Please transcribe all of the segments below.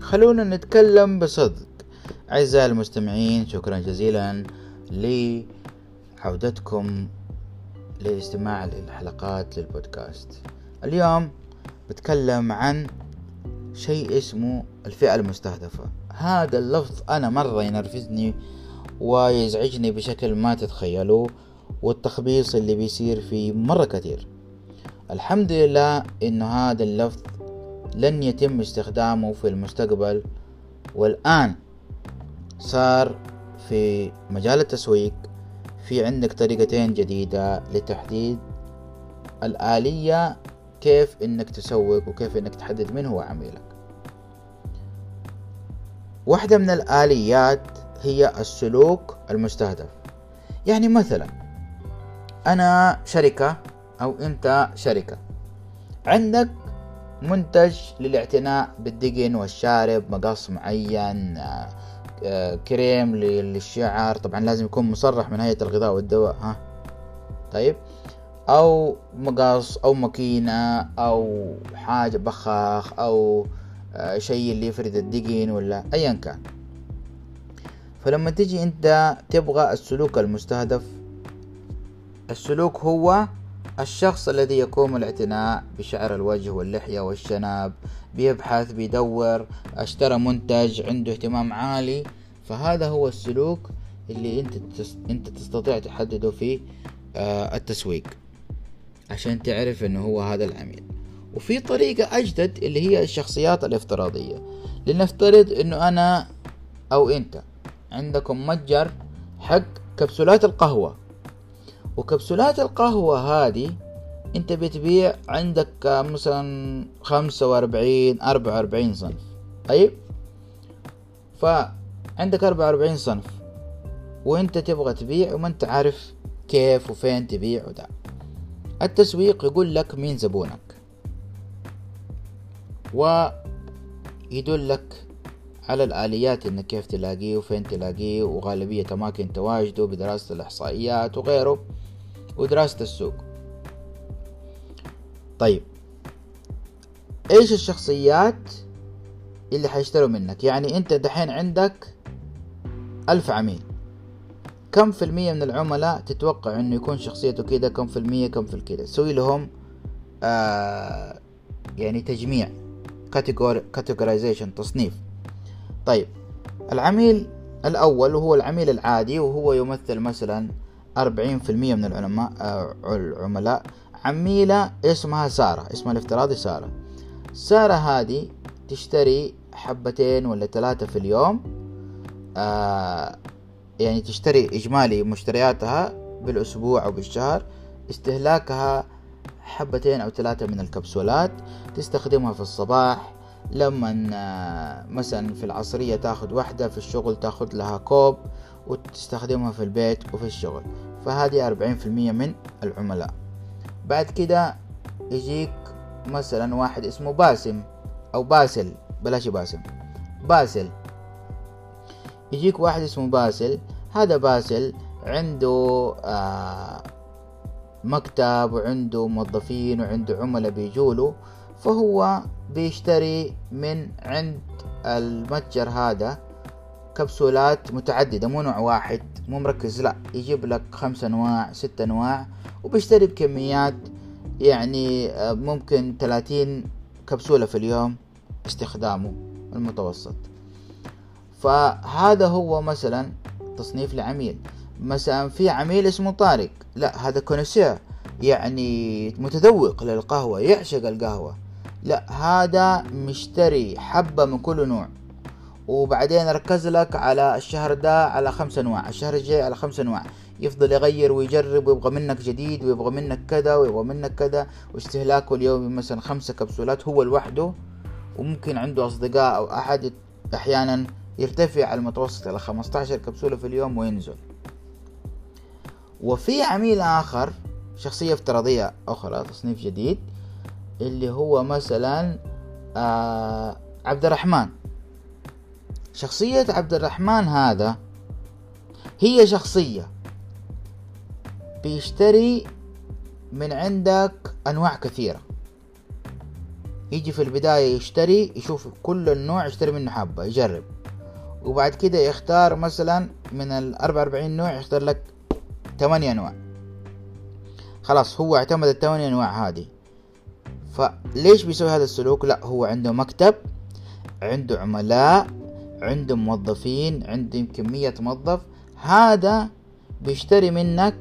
خلونا نتكلم بصدق. أعزائي المستمعين، شكرا جزيلا لعودتكم للاستماع للحلقات للبودكاست. اليوم بتكلم عن شيء اسمه الفئة المستهدفة. هذا اللفظ أنا مرة ينرفزني ويزعجني بشكل ما تتخيلوه، والتخبيص اللي بيصير فيه مرة كثير. الحمد لله إنه هذا اللفظ لن يتم استخدامه في المستقبل، والآن صار في مجال التسويق في عندك طريقتين جديدة لتحديد الآلية كيف إنك تسوق وكيف إنك تحدد من هو عميلك. واحدة من الآليات هي السلوك المستهدف. يعني مثلا أنا شركة أو أنت شركة، عندك منتج للاعتناء بالدقن والشارب، مقص معين، كريم للشعر، طبعا لازم يكون مصرح من هيئة الغذاء والدواء. طيب، أو مقص أو ماكينة أو حاجة بخاخ أو شيء اللي يفرد الدقن ولا أيا كان. فلما تجي أنت تبغى السلوك المستهدف، السلوك هو الشخص الذي يقوم الاعتناء بشعر الوجه واللحية والشنب، بيبحث بيدور، اشترى منتج، عنده اهتمام عالي. فهذا هو السلوك اللي انت تستطيع تحدده في التسويق عشان تعرف انه هو هذا العميل. وفي طريقة اجدد اللي هي الشخصيات الافتراضية. لنفترض انه انا او انت عندكم متجر حق كبسولات القهوة، وكبسولات القهوة هذه انت بتبيع عندك مثلا 45-44 صنف. طيب، فعندك 44 صنف وانت تبغى تبيع وما انت عارف كيف وفين تبيع وده. التسويق يقول لك مين زبونك ويدلك على الآليات انك كيف تلاقيه وفين تلاقيه، وغالبية أماكن تواجده بدراسة الإحصائيات وغيره ودراسة السوق. طيب، ايش الشخصيات اللي حيشتروا منك؟ يعني انت دحين عندك 1000 عميل، كم في المية من العملاء تتوقع انه يكون شخصيته كده؟ كم في المية؟ كم في الكده؟ سوي لهم يعني تجميع، categorization، تصنيف. طيب، العميل الأول وهو العميل العادي، وهو يمثل مثلا 40% من العملاء. عميلة اسمها سارة، اسمها الافتراضي سارة. سارة هذه تشتري 2 ولا 3 في اليوم، يعني تشتري إجمالي مشترياتها بالأسبوع أو بالشهر استهلاكها 2 أو 3 من الكبسولات. تستخدمها في الصباح، لما مثلا في العصرية تاخد 1، في الشغل تاخد لها كوب، وتستخدمها في البيت وفي الشغل. فهذه 40% من العملاء. بعد كده يجيك مثلا واحد اسمه باسم أو باسل، بلاش باسل. يجيك واحد اسمه باسل. هذا باسل عنده مكتب وعنده موظفين وعنده عملاء بيجوله، فهو بيشتري من عند المتجر هذا كبسولات متعددة، مو نوع واحد، مو مركز، لا، يجيب لك 5 أنواع 6 أنواع، وبيشتري بكميات يعني ممكن 30 كبسولة في اليوم استخدامه المتوسط. فهذا هو مثلا تصنيف لعميل. مثلا في عميل اسمه طارق، لا، هذا كونسير، يعني متذوق للقهوة، يعشق القهوة. لا، هذا مشتري حبة من كل نوع، وبعدين ركز لك على الشهر ده على 5 أنواع، الشهر الجاي على 5 أنواع، يفضل يغير ويجرب ويبغى منك جديد ويبغى منك كذا ويبغى منك كذا. واستهلاكه اليومي مثلا 5 كبسولات هو لوحده، وممكن عنده أصدقاء أو أحد أحيانا يرتفع المتوسط إلى 15 كبسولة في اليوم وينزل. وفي عميل آخر، شخصية افتراضية أخرى، تصنيف جديد، اللي هو مثلا عبد الرحمن. شخصية عبد الرحمن هذا هي شخصية بيشتري من عندك أنواع كثيرة، يجي في البداية يشتري، يشوف كل النوع، يشتري منه حبة يجرب، وبعد كده يختار مثلا من 44 نوع يختار لك 8 انواع. خلاص هو اعتمد 8 انواع هذه. فليش بيسوي هذا السلوك؟ لا، هو عنده مكتب، عنده عملاء، عنده موظفين، عنده كمية موظف، هذا بيشتري منك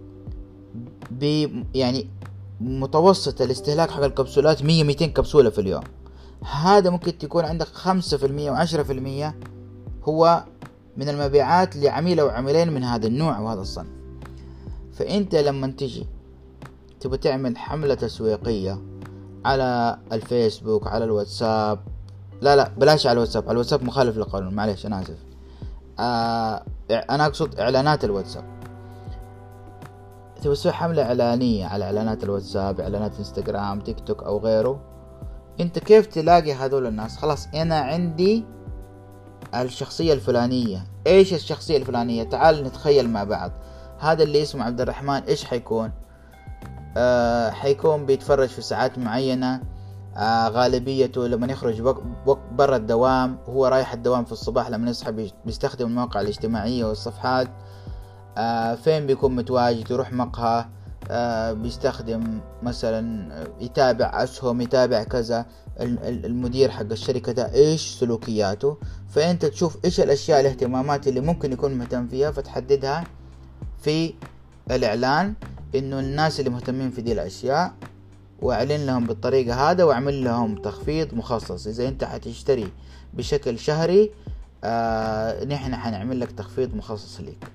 يعني متوسط الاستهلاك حق الكبسولات 100-200 كبسولة في اليوم. هذا ممكن تكون عندك 5% و10% هو من المبيعات لعميل أو عميلين من هذا النوع وهذا الصنف. فأنت لما تجي تبغى تعمل حملة تسويقية على الفيسبوك، على الواتساب، لا بلاش على الواتساب، على الواتساب مخالف للقانون، معليش أنا آسف، أنا أقصد إعلانات الواتساب. تبغى تسوي حملة إعلانية على إعلانات الواتساب، إعلانات انستغرام، تيك توك أو غيره. أنت كيف تلاقي هذول الناس؟ خلاص أنا عندي الشخصية الفلانية. إيش الشخصية الفلانية؟ تعال نتخيل مع بعض. هذا اللي اسمه عبد الرحمن إيش حيكون؟ حيكون بيتفرج في ساعات معينة، غالبيته لما يخرج برا الدوام، هو رايح الدوام في الصباح لما يصحى بيستخدم المواقع الاجتماعية والصفحات. فين بيكون متواجد؟ يروح مقهى، بيستخدم مثلا، يتابع أسهم، يتابع كذا، المدير حق الشركة ده إيش سلوكياته. فأنت تشوف إيش الأشياء الاهتمامات اللي ممكن يكون مهتم فيها، فتحددها في الإعلان إنه الناس اللي مهتمين في دي الأشياء، وأعلن لهم بالطريقة هذا، وأعمل لهم تخفيض مخصص. إذا أنت حتشتري بشكل شهري نحن حنعمل لك تخفيض مخصص لك.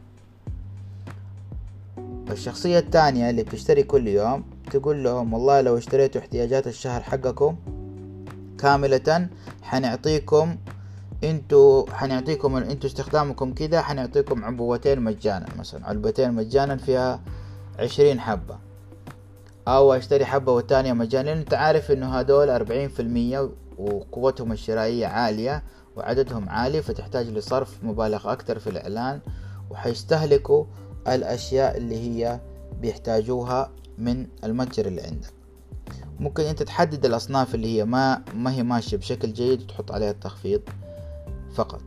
الشخصية الثانية اللي بتشتري كل يوم، تقول لهم والله لو اشتريتوا احتياجات الشهر حقكم كاملة حنعطيكم انتوا استخدامكم كده، حنعطيكم عبوتين مجانا، مثلا علبتين مجانا فيها 20 حبة، او اشتري حبة والتانية مجانا. لان انت عارف انه هدول 40% وقوتهم الشرائية عالية وعددهم عالي، فتحتاج لصرف مبالغ اكتر في الاعلان، وحيستهلكوا الاشياء اللي هي بيحتاجوها من المتجر اللي عندك. ممكن انت تحدد الاصناف اللي هي ما هي ماشية بشكل جيد وتحط عليها التخفيض فقط.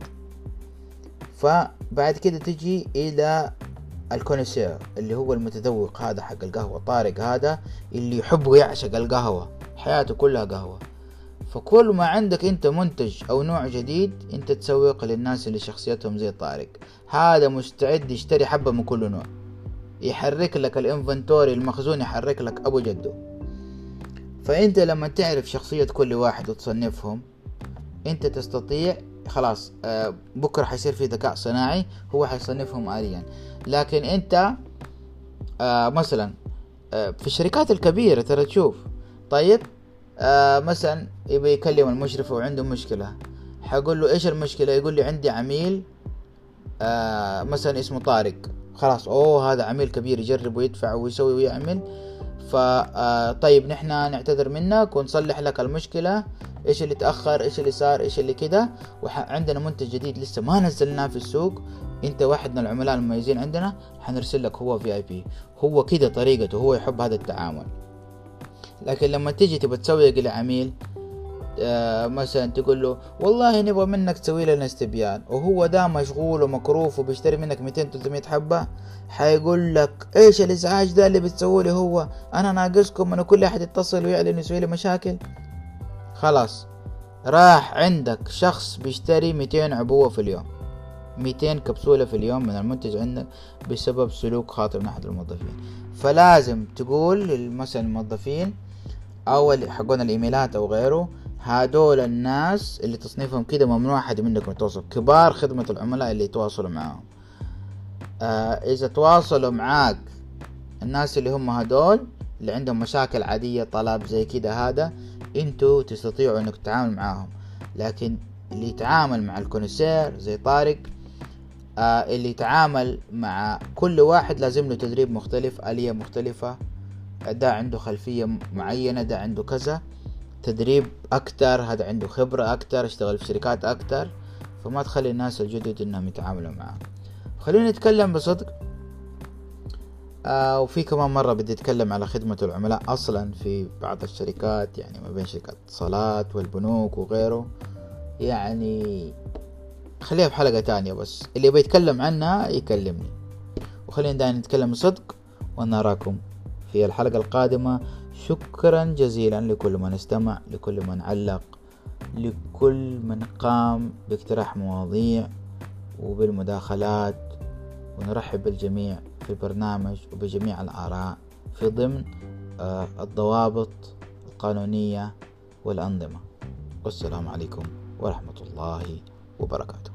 فبعد كده تجي الى الكونسير اللي هو المتذوق، هذا حق القهوة، طارق هذا اللي يحب ويعشق القهوة، حياته كلها قهوة. فكل ما عندك انت منتج او نوع جديد، انت تسوق للناس اللي شخصيتهم زي طارق. هذا مستعد يشتري حبة من كل نوع، يحرك لك الانفنتوري، المخزون يحرك لك ابو جده. فانت لما تعرف شخصية كل واحد وتصنفهم، انت تستطيع خلاص بكرة حيصير في ذكاء صناعي هو حيصنفهم آليا. لكن انت مثلا في الشركات الكبيرة ترى تشوف، طيب مثلا يبي يكلم المشرف وعنده مشكلة، حقول له ايش المشكلة؟ يقول لي عندي عميل مثلا اسمه طارق. خلاص هذا عميل كبير، يجرب ويدفع ويسوي ويعمل. طيب نحن نعتذر منك ونصلح لك المشكلة، ايش اللي تأخر، ايش اللي صار، ايش اللي كده، وعندنا منتج جديد لسه ما نزلناه في السوق، انت واحد من العملاء المميزين عندنا، حنرسل لك هو VIP. هو كده طريقته، هو يحب هذا التعامل. لكن لما تيجي تبى تسوق لعميل مثلا تقول له والله نبغى منك تسوي لنا استبيان، وهو ده مشغول ومكروف وبيشتري منك 200-300 حبة، حيقول لك ايش الازعاج ده اللي بتسوي لي؟ هو انا ناقصكم؟ انا كل احد يتصل ويعلن يسوي لي مشاكل. خلاص راح عندك شخص بيشتري 200 عبوة في اليوم، 200 كبسولة في اليوم من المنتج عندك بسبب سلوك خاطئ من أحد الموظفين. فلازم تقول مثلا الموظفين أو حقون الإيميلات أو غيره، هدول الناس اللي تصنيفهم كده ممنوع أحد منكم يتواصل، كبار خدمة العملاء اللي يتواصلوا معهم. إذا تواصلوا معاك الناس اللي هم هدول اللي عندهم مشاكل عادية، طلب زي كده، هذا انتوا تستطيعوا انك تتعامل معاهم. لكن اللي يتعامل مع الكونسير زي طارق، اللي يتعامل مع كل واحد لازم له تدريب مختلف، آلية مختلفة، ده عنده خلفية معينة، ده عنده كذا تدريب أكتر، هذا عنده خبرة أكتر، اشتغل في شركات أكتر. فما تخلي الناس الجدد إنهم يتعاملوا معه. خلينا نتكلم بصدق. وفي كمان مرة بدي أتكلم على خدمة العملاء أصلا في بعض الشركات، يعني ما بين شركات الاتصالات والبنوك وغيره. يعني خليها في حلقة تانية، بس اللي بيتكلم عنها يكلمني. وخلينا دائما نتكلم بصدق، ونراكم في الحلقة القادمة. شكرا جزيلا لكل من استمع، لكل من علق، لكل من قام باقتراح مواضيع وبالمداخلات. ونرحب بالجميع في البرنامج وبجميع الآراء في ضمن الضوابط القانونية والأنظمة. والسلام عليكم ورحمة الله وبركاته.